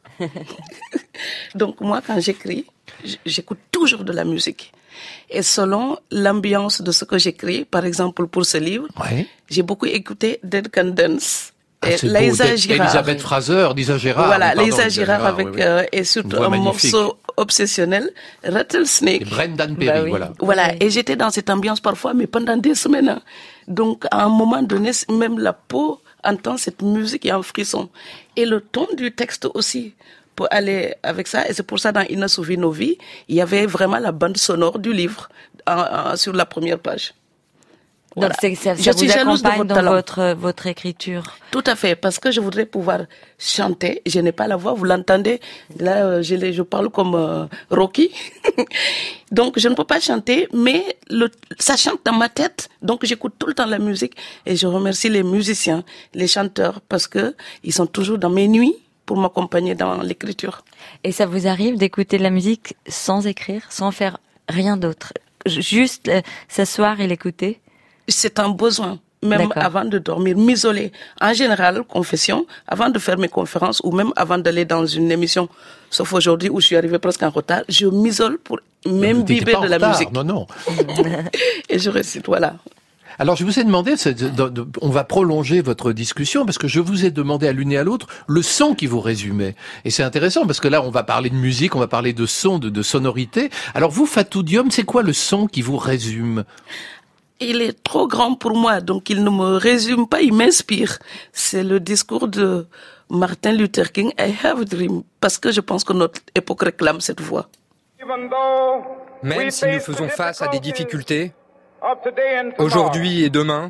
Donc moi, quand j'écris, j'écoute toujours de la musique. Et selon l'ambiance de ce que j'écris, par exemple pour ce livre, ouais. j'ai beaucoup écouté Dead Can Dance. Ah, et Liza Girard. Elisabeth Fraser, Liza Girard. Voilà, Liza Girard avec, oui, oui. Euh, et surtout un magnifique. morceau obsessionnel, Rattlesnake. Et Brendan Perry, bah oui. voilà. Voilà, et j'étais dans cette ambiance parfois, mais pendant des semaines. Donc, à un moment donné, même la peau entend cette musique et un frisson. Et le ton du texte aussi, pour aller avec ça. Et c'est pour ça, dans Ina Souvi nos vies, il y avait vraiment la bande sonore du livre en, en, sur la première page. Voilà. Donc c'est, ça, ça vous accompagne votre dans votre, votre écriture. Tout à fait, parce que je voudrais pouvoir chanter. Je n'ai pas la voix, vous l'entendez. Là, je, je parle comme euh, Rocky. Donc je ne peux pas chanter, mais le, ça chante dans ma tête. Donc j'écoute tout le temps la musique. Et je remercie les musiciens, les chanteurs, parce que ils sont toujours dans mes nuits pour m'accompagner dans l'écriture. Et ça vous arrive d'écouter de la musique sans écrire, sans faire rien d'autre? Juste euh, s'asseoir et l'écouter? C'est un besoin, même D'accord. avant de dormir, m'isoler. En général, confession, avant de faire mes conférences ou même avant d'aller dans une émission, sauf aujourd'hui où je suis arrivée presque en retard, je m'isole pour m'imbiber de la retard. musique. Non, non. Et je récite, voilà. Alors, je vous ai demandé, on va prolonger votre discussion, parce que je vous ai demandé à l'une et à l'autre le son qui vous résumait. Et c'est intéressant, parce que là, on va parler de musique, on va parler de son, de, de sonorité. Alors vous, Fatou Diom, c'est quoi le son qui vous résume? Il est trop grand pour moi, donc il ne me résume pas, il m'inspire. C'est le discours de Martin Luther King, I have a dream, parce que je pense que notre époque réclame cette voix. Même si nous faisons face à des difficultés, aujourd'hui et demain,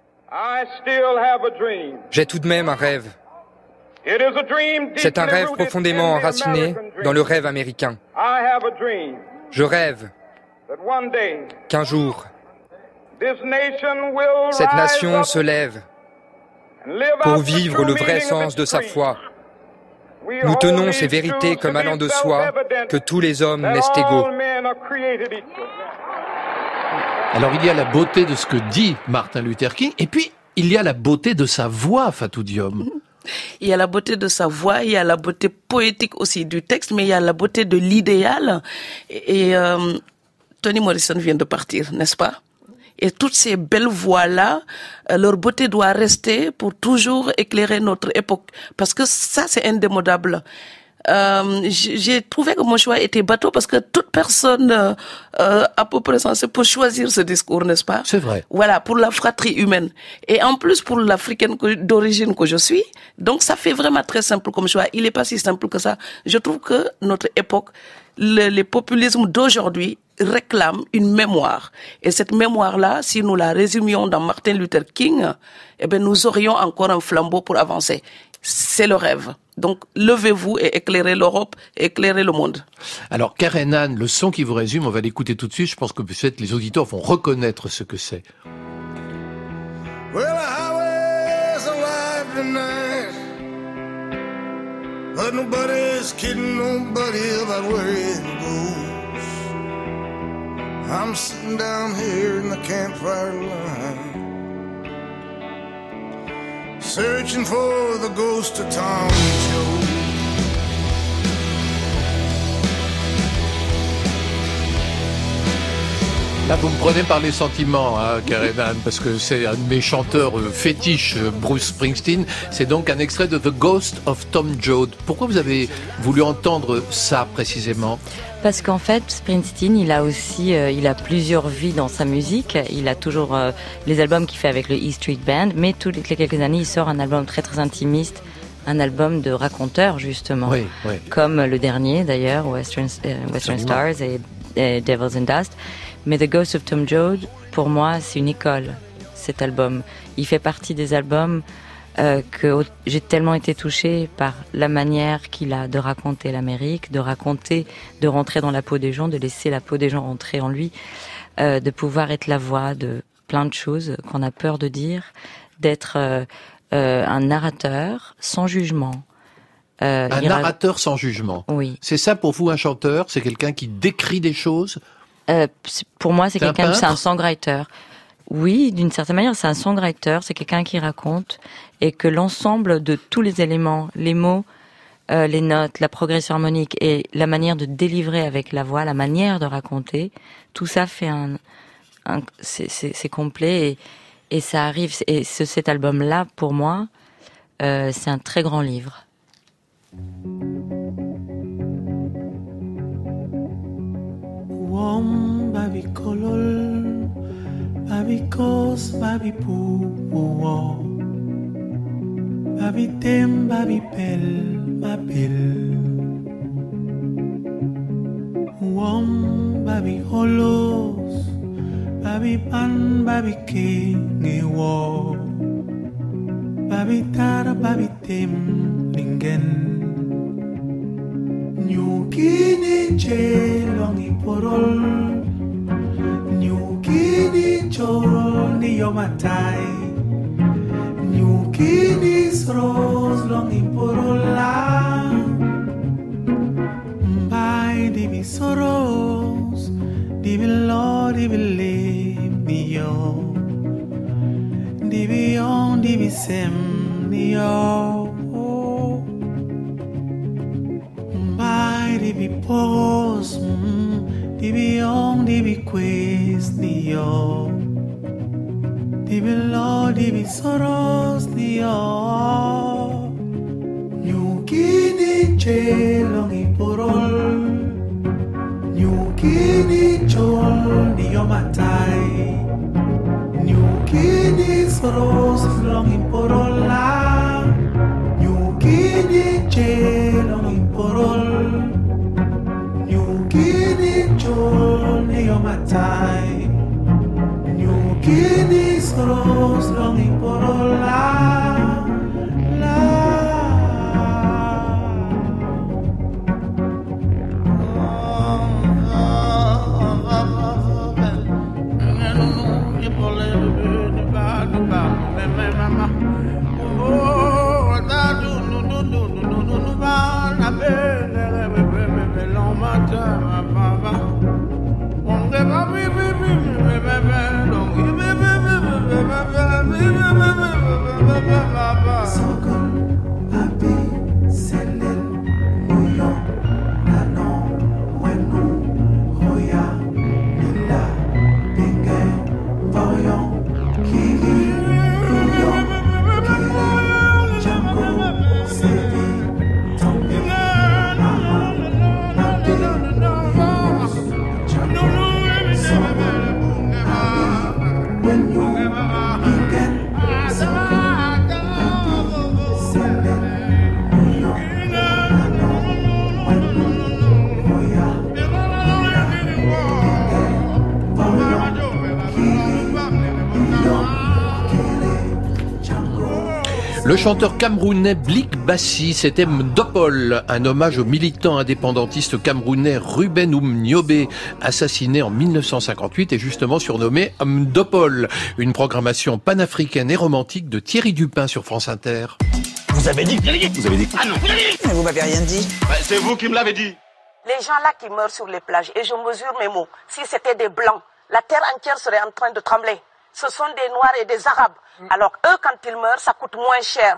j'ai tout de même un rêve. C'est un rêve profondément enraciné dans le rêve américain. Je rêve qu'un jour, cette nation se lève pour vivre le vrai sens de sa foi. Nous tenons ces vérités comme allant de soi que tous les hommes naissent égaux. Alors il y a la beauté de ce que dit Martin Luther King, et puis il y a la beauté de sa voix, Fatou Diom. Il y a la beauté de sa voix, il y a la beauté poétique aussi du texte, mais il y a la beauté de l'idéal. Et, et euh, Toni Morrison vient de partir, n'est-ce pas? Et toutes ces belles voix-là, euh, leur beauté doit rester pour toujours éclairer notre époque. Parce que ça, c'est indémodable. Euh, j'ai trouvé que mon choix était bateau parce que toute personne euh, euh, à peu près censée pour choisir ce discours, n'est-ce pas? C'est vrai. Voilà, pour la fratrie humaine. Et en plus, pour l'Africaine que, d'origine que je suis. Donc, ça fait vraiment très simple comme choix. Il n'est pas si simple que ça. Je trouve que notre époque, le, les populismes d'aujourd'hui réclament une mémoire. Et cette mémoire-là, si nous la résumions dans Martin Luther King, eh ben, nous aurions encore un flambeau pour avancer. C'est le rêve. Donc, levez-vous et éclairez l'Europe, et éclairez le monde. Alors, Kerenan, le son qui vous résume, on va l'écouter tout de suite. Je pense que peut-être les auditeurs vont reconnaître ce que c'est. Well, the highway's alive tonight, but nobody's kidding nobody about where it goes. I'm sitting down here in the campfire line, searching for the ghost of Tom Joad. Là, vous me prenez par les sentiments, hein, Kerenan, parce que c'est un de mes chanteurs euh, fétiches, Bruce Springsteen. C'est donc un extrait de The Ghost of Tom Joad. Pourquoi vous avez voulu entendre ça précisément? Parce qu'en fait, Springsteen, il a aussi, euh, il a plusieurs vies dans sa musique. Il a toujours euh, les albums qu'il fait avec le E Street Band, mais toutes les quelques années, il sort un album très très intimiste, un album de raconteur justement, oui, oui. Comme le dernier d'ailleurs, Western, euh, Western Stars et, et Devils and Dust. Mais The Ghost of Tom Joad, pour moi, c'est une école, cet album. Il fait partie des albums euh, que j'ai tellement été touchée par la manière qu'il a de raconter l'Amérique, de raconter, de rentrer dans la peau des gens, de laisser la peau des gens rentrer en lui, euh, de pouvoir être la voix de plein de choses qu'on a peur de dire, d'être euh, euh, un narrateur sans jugement. Euh, un narrateur sans jugement. Oui. C'est ça pour vous un chanteur? C'est quelqu'un qui décrit des choses? euh, Pour moi, c'est, c'est quelqu'un, c'est un songwriter. Oui, d'une certaine manière, c'est un songwriter. C'est quelqu'un qui raconte et que l'ensemble de tous les éléments, les mots, euh, les notes, la progression harmonique et la manière de délivrer avec la voix, la manière de raconter, tout ça fait un, un c'est, c'est, c'est complet et, et ça arrive. Et ce, cet album-là, pour moi, euh, c'est un très grand livre. Wom babi kolol, babi kos, babi pou, wo, babi tem, babi pel, babel. Wom babi holos, babi pan, babi ke, ngewo, babi tar, babi tem, lingen. Nyukini chelongi porol, nyukini chol ni yomatai, nyukini sros longi porola, mbai divi soros, divi lo divi le mio, divi on divi sem mio. Divi pos, mm, divi on, divi quest, dio. Divi lo, divi soros, dio. Nyukini chelongi porol, nyukini chol, dio matai. Nyukini soros, longi porola. Nyukini chelongi porol. Nyukini chol ni yomatai, nyukini soros longi porola, la. Le chanteur camerounais Blik Bassi, c'était Mdopol, un hommage au militant indépendantiste camerounais Ruben Oumniobé, assassiné en mille neuf cent cinquante-huit et justement surnommé Mdopol. Une programmation panafricaine et romantique de Thierry Dupin sur France Inter. Vous avez dit, vous avez dit, vous avez dit. Ah non, vous avez dit. Mais vous m'avez rien dit. Ben, c'est vous qui me l'avez dit. Les gens là qui meurent sur les plages, et je mesure mes mots, si c'était des blancs, la terre entière serait en train de trembler. Ce sont des Noirs et des Arabes. Alors eux, quand ils meurent, ça coûte moins cher.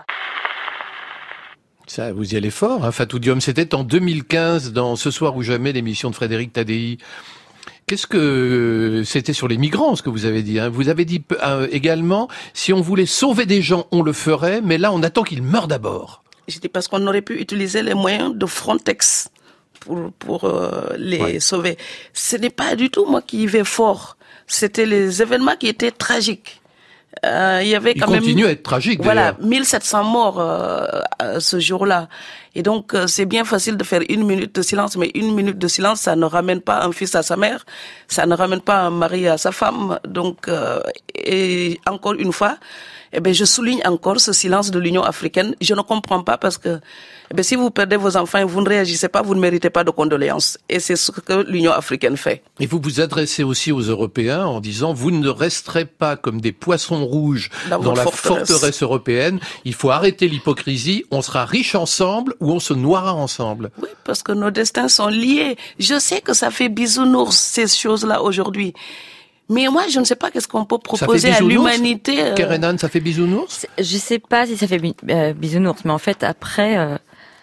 Ça, vous y allez fort, hein, Fatou Diom. C'était en deux mille quinze, dans Ce soir ou jamais, l'émission de Frédéric Tadei. Qu'est-ce que c'était sur les migrants, ce que vous avez dit, hein. Vous avez dit euh, également, si on voulait sauver des gens, on le ferait, mais là, on attend qu'ils meurent d'abord. Je dis parce qu'on aurait pu utiliser les moyens de Frontex pour pour euh, les ouais. sauver. Ce n'est pas du tout moi qui y vais fort. C'était les événements qui étaient tragiques. Euh, il y avait quand il même. continue à être tragique. Voilà, d'ailleurs. mille sept cents morts euh, euh, ce jour-là. Et donc, euh, c'est bien facile de faire une minute de silence, mais une minute de silence, ça ne ramène pas un fils à sa mère, ça ne ramène pas un mari à sa femme. Donc, euh, et encore une fois, eh ben, je souligne encore ce silence de l'Union africaine. Je ne comprends pas parce que, eh ben, si vous perdez vos enfants et vous ne réagissez pas, vous ne méritez pas de condoléances. Et c'est ce que l'Union africaine fait. Et vous vous adressez aussi aux Européens en disant, vous ne resterez pas comme des poissons rouges dans, dans la forteresse. forteresse européenne. Il faut arrêter l'hypocrisie. On sera riches ensemble ou on se noiera ensemble. Oui, parce que nos destins sont liés. Je sais que ça fait bisounours, ces choses-là, aujourd'hui. Mais moi, je ne sais pas qu'est-ce qu'on peut proposer à l'humanité. Euh... Kerenan, ça fait bisounours? Je sais pas si ça fait bi- euh, bisounours, mais en fait, après, euh,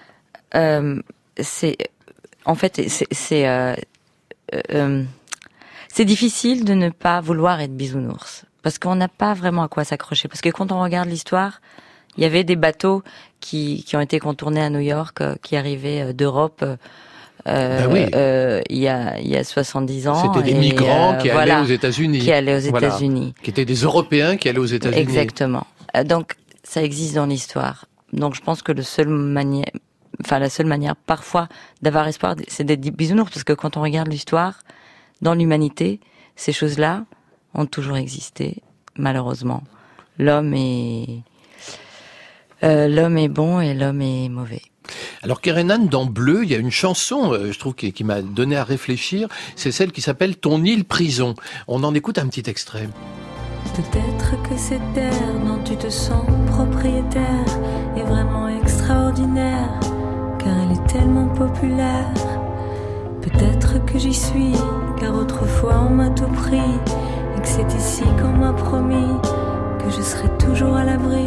euh, c'est, en fait, c'est, c'est, euh, euh, c'est difficile de ne pas vouloir être bisounours, parce qu'on n'a pas vraiment à quoi s'accrocher. Parce que quand on regarde l'histoire, il y avait des bateaux qui qui ont été contournés à New York, euh, qui arrivaient d'Europe. Euh, Euh, ben oui. euh, il y a il y a soixante-dix ans. C'était des migrants euh, qui voilà, allaient aux États-Unis. Qui allaient aux voilà. États-Unis. Qui étaient des Européens qui allaient aux États-Unis. Exactement. Donc ça existe dans l'histoire. Donc je pense que le seul manière, enfin la seule manière parfois d'avoir espoir, c'est d'être bisounours, parce que quand on regarde l'histoire, dans l'humanité, ces choses-là ont toujours existé. Malheureusement, l'homme est euh, l'homme est bon et l'homme est mauvais. Alors Kerenan, dans Bleu, il y a une chanson, euh, je trouve, qui, qui m'a donné à réfléchir. C'est celle qui s'appelle Ton île prison. On en écoute un petit extrait. Peut-être que cette terre dont tu te sens propriétaire est vraiment extraordinaire, car elle est tellement populaire. Peut-être que j'y suis, car autrefois on m'a tout pris, et que c'est ici qu'on m'a promis que je serai toujours à l'abri.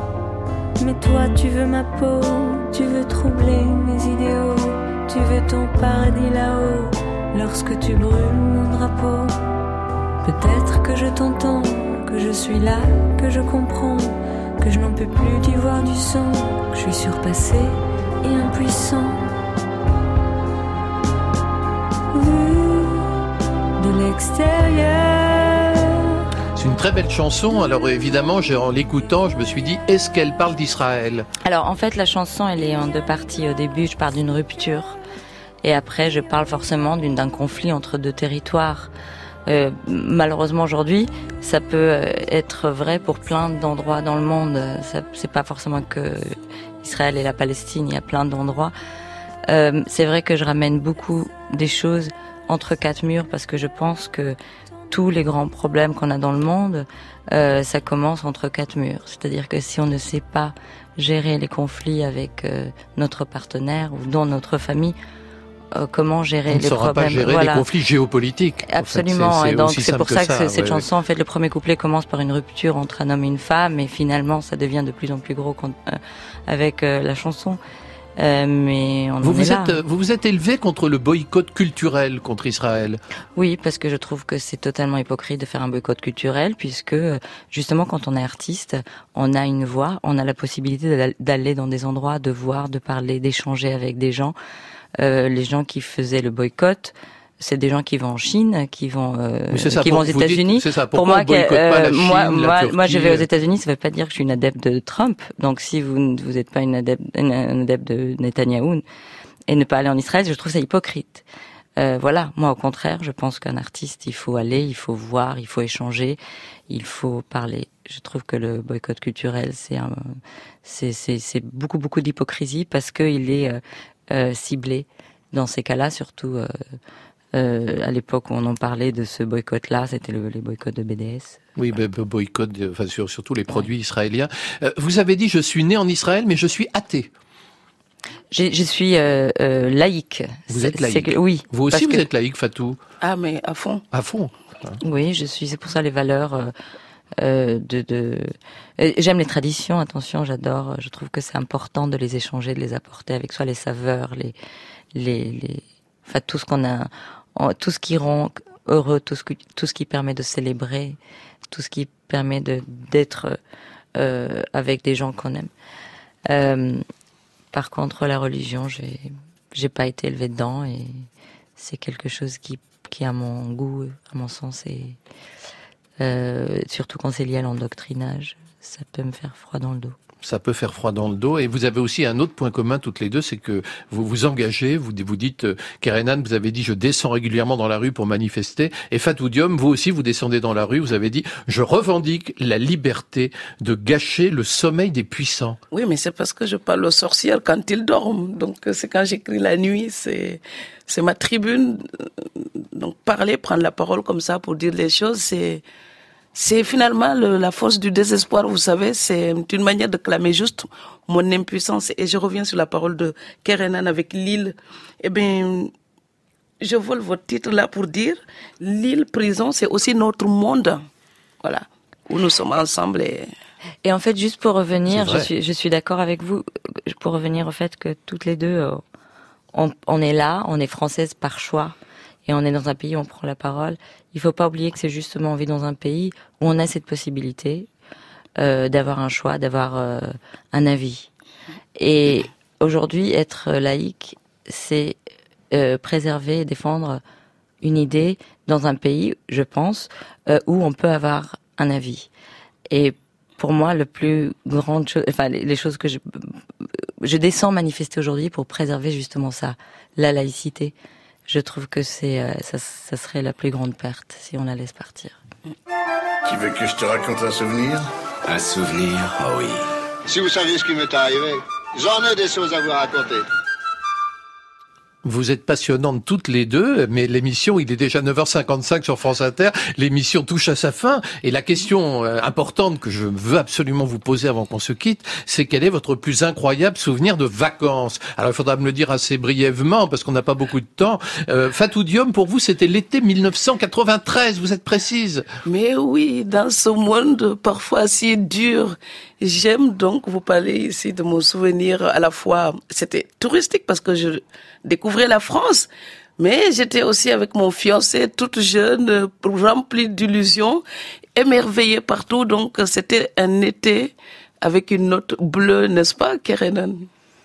Mais toi tu veux ma peau, tu veux troubler mes idéaux, tu veux ton paradis là-haut, lorsque tu brûles mon drapeau. Peut-être que je t'entends, que je suis là, que je comprends, que je n'en peux plus d'y voir du sang, que je suis surpassé et impuissant. Vu de l'extérieur. C'est une très belle chanson. Alors évidemment, j'ai, en l'écoutant, je me suis dit, est-ce qu'elle parle d'Israël? Alors en fait, la chanson, elle est en deux parties. Au début, je parle d'une rupture, et après, je parle forcément d'une, d'un conflit entre deux territoires. Euh, malheureusement, aujourd'hui, ça peut être vrai pour plein d'endroits dans le monde. Ça, c'est pas forcément que Israël et la Palestine. Il y a plein d'endroits. Euh, c'est vrai que je ramène beaucoup des choses entre quatre murs, parce que je pense que tous les grands problèmes qu'on a dans le monde, euh, ça commence entre quatre murs. C'est-à-dire que si on ne sait pas gérer les conflits avec euh, notre partenaire ou dans notre famille, euh, comment gérer les problèmes? On ne saura pas gérer voilà. les conflits géopolitiques. Absolument. En fait, c'est, c'est et donc c'est pour ça que, ça, cette ouais, chanson, ouais. en fait, le premier couplet commence par une rupture entre un homme et une femme, et finalement, ça devient de plus en plus gros quand, euh, avec euh, la chanson. Euh, mais on vous en vous est êtes là. vous vous êtes élevé contre le boycott culturel contre Israël. Oui, parce que je trouve que c'est totalement hypocrite de faire un boycott culturel, puisque justement quand on est artiste, on a une voix, on a la possibilité d'aller dans des endroits, de voir, de parler, d'échanger avec des gens. Euh, les gens qui faisaient le boycott, c'est des gens qui vont en Chine, qui vont, euh, ça, qui vont aux États-Unis. C'est ça. Pour moi, on boycotte euh, pas la Chine, moi, la moi, Turquie, moi, je vais aux États-Unis. Ça ne veut pas dire que je suis une adepte de Trump. Donc, si vous vous n'êtes pas une adepte, une, une adepte de Netanyahou et ne pas aller en Israël, je trouve ça hypocrite. Euh, voilà. Moi, au contraire, je pense qu'un artiste, il faut aller, il faut voir, il faut échanger, il faut parler. Je trouve que le boycott culturel, c'est un, c'est, c'est, c'est beaucoup, beaucoup d'hypocrisie, parce que il est euh, euh, ciblé dans ces cas-là, surtout. Euh, Euh, à l'époque où on en parlait de ce boycott-là, c'était le, les boycotts de B D S. Oui, ben, boycott, enfin sur, surtout les produits ouais. israéliens. Euh, vous avez dit, je suis né en Israël, mais je suis athée. J'ai, je suis euh, euh, laïque. Vous c'est, êtes laïque. C'est, oui. Vous aussi, vous que... êtes laïque, Fatou. Ah, mais à fond. À fond. Oui, je suis. C'est pour ça les valeurs. Euh, euh, de, de... J'aime les traditions. Attention, j'adore. Je trouve que c'est important de les échanger, de les apporter avec soi, les saveurs, les, les, les... enfin tout ce qu'on a. Tout ce qui rend heureux, tout ce qui, tout ce qui permet de célébrer, tout ce qui permet de d'être euh, avec des gens qu'on aime. Euh, par contre, la religion, j'ai j'ai pas été élevée dedans, et c'est quelque chose qui qui à mon goût, à mon sens, et euh, surtout quand c'est lié à l'endoctrinage, ça peut me faire froid dans le dos. Ça peut faire froid dans le dos. Et vous avez aussi un autre point commun toutes les deux, c'est que vous vous engagez, vous vous dites, euh, Kerenan, vous avez dit, je descends régulièrement dans la rue pour manifester. Et Fatou Diom, vous aussi, vous descendez dans la rue, vous avez dit, je revendique la liberté de gâcher le sommeil des puissants. Oui, mais c'est parce que je parle aux sorcières quand ils dorment. Donc c'est quand j'écris la nuit, c'est c'est ma tribune. Donc parler, prendre la parole comme ça pour dire les choses, c'est C'est finalement le, la force du désespoir, vous savez, c'est une manière de clamer juste mon impuissance. Et je reviens sur la parole de Kerenan avec l'île. Eh bien, je vole votre titre là pour dire, l'île prison, c'est aussi notre monde. Voilà, où nous sommes ensemble. Et, et en fait, juste pour revenir, je suis, je suis d'accord avec vous, pour revenir au fait que toutes les deux, on, on est là, on est françaises par choix. Et on est dans un pays où on prend la parole. Il faut pas oublier que c'est justement, on vit dans un pays où on a cette possibilité euh, d'avoir un choix, d'avoir euh, un avis. Et aujourd'hui, être laïque, c'est euh, préserver et défendre une idée dans un pays, je pense, euh, où on peut avoir un avis. Et pour moi, le plus grande chose, enfin les, les choses que je, je descends manifester aujourd'hui pour préserver justement ça, la laïcité. Je trouve que c'est, euh, ça, ça serait la plus grande perte si on la laisse partir. Tu veux que je te raconte un souvenir? Un souvenir? Oh oui. Si vous saviez ce qui m'est arrivé, j'en ai des choses à vous raconter. Vous êtes passionnantes toutes les deux, mais l'émission, il est déjà neuf heures cinquante-cinq sur France Inter. L'émission touche à sa fin. Et la question euh, importante que je veux absolument vous poser avant qu'on se quitte, c'est quel est votre plus incroyable souvenir de vacances? Alors, il faudra me le dire assez brièvement, parce qu'on n'a pas beaucoup de temps. Euh, Fatou Diom, pour vous, c'était l'été mille neuf cent quatre-vingt-treize. Vous êtes précise. Mais oui, dans ce monde parfois si dur, j'aime donc vous parler ici de mon souvenir à la fois, c'était touristique parce que je découvrais la France, mais j'étais aussi avec mon fiancé, toute jeune, remplie d'illusions, émerveillée partout, donc c'était un été avec une note bleue, n'est-ce pas, Kerenan?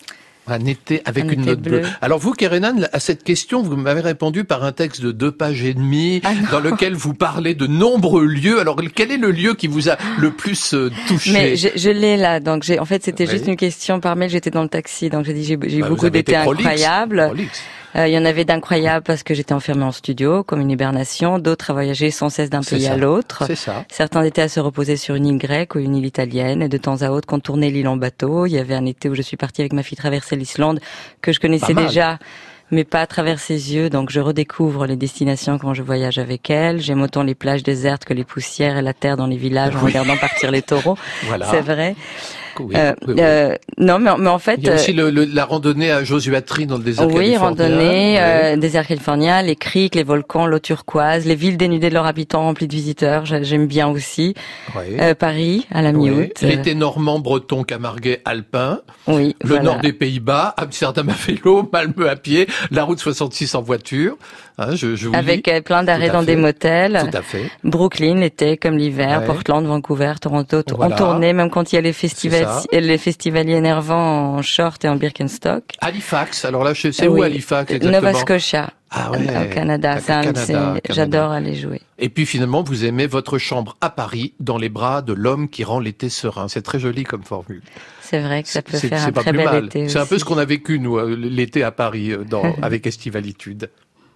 Un été avec un une été note bleue. bleu. Alors vous, Kerenan, à cette question, vous m'avez répondu par un texte de deux pages et demie, ah dans lequel vous parlez de nombreux lieux. Alors quel est le lieu qui vous a le plus euh, touché? Mais je, je l'ai là, donc j'ai, en fait c'était oui. juste une question par mail, j'étais dans le taxi, donc j'ai dit j'ai, j'ai eu bah, beaucoup d'étés incroyables. Prolixe. Euh, il y en avait d'incroyables parce que j'étais enfermée en studio, comme une hibernation. D'autres à voyager sans cesse d'un C'est pays ça. à l'autre. C'est ça. Certains étaient à se reposer sur une île grecque ou une île italienne. Et de temps à autre, contourner l'île en bateau. Il y avait un été où je suis partie avec ma fille traverser l'Islande, que je connaissais déjà, mais pas à travers ses yeux. Donc je redécouvre les destinations quand je voyage avec elle. J'aime autant les plages désertes que les poussières et la terre dans les villages en Oui. regardant partir les taureaux. Voilà. C'est vrai. Oui, euh, oui, oui. Euh, non, mais, mais en fait... Il y a aussi le, le, la randonnée à Joshua Tree dans le désert oui, californien. randonnée, euh, oui. désert californien, les criques, les volcans, l'eau turquoise, les villes dénudées de leurs habitants remplies de visiteurs, j'aime bien aussi. Oui. Euh, Paris, à la mi-août. Oui. L'été normand, breton, camarguais, alpin. Oui, Le voilà. nord des Pays-Bas, Amsterdam à vélo, Malmö à pied, la route soixante-six en voiture. Hein, je, je vous Avec lis. euh, plein d'arrêts Tout à dans fait. des motels. Tout à fait. Brooklyn, l'été, comme l'hiver, Ouais. Portland, Vancouver, Toronto, t- Voilà. en tournée, même quand il y a les festivals, ça. les festivaliers énervants en short et en Birkenstock. Halifax. Alors là, je- c'est Euh, où oui. Halifax exactement? Nova Scotia. Ah ouais. Au Canada. C'est un- Canada, c'est- Canada. J'adore aller jouer. Et puis finalement, vous aimez votre chambre à Paris, dans les bras de l'homme qui rend l'été serein. C'est très joli comme formule. C'est vrai que ça peut C'est faire c'est un pas très plus bel mal. été C'est un peu aussi. ce qu'on a vécu, nous, euh, l'été à Paris, euh, dans, avec Estivalitude.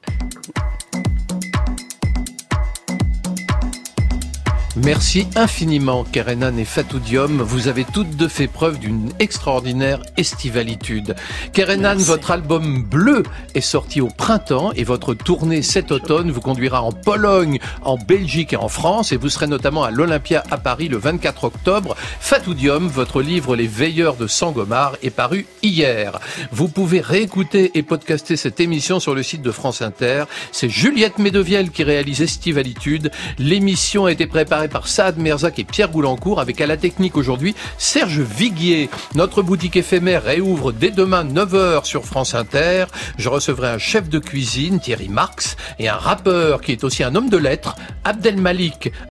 Merci infiniment, Kerenan et Fatou Diom. Vous avez toutes deux fait preuve d'une extraordinaire estivalitude. Kerenan, votre album Bleu est sorti au printemps et votre tournée cet automne vous conduira en Pologne, en Belgique et en France et vous serez notamment à l'Olympia à Paris le vingt-quatre octobre. Fatou Diom, votre livre Les Veilleurs de Sangomar est paru hier. Vous pouvez réécouter et podcaster cette émission sur le site de France Inter. C'est Juliette Médevielle qui réalise Estivalitude. L'émission a été préparée par Saad Merzak et Pierre Goulancourt avec à la technique aujourd'hui Serge Viguier. Notre boutique éphémère réouvre dès demain neuf heures sur France Inter. Je recevrai un chef de cuisine, Thierry Marx, et un rappeur qui est aussi un homme de lettres, Abdel Malik.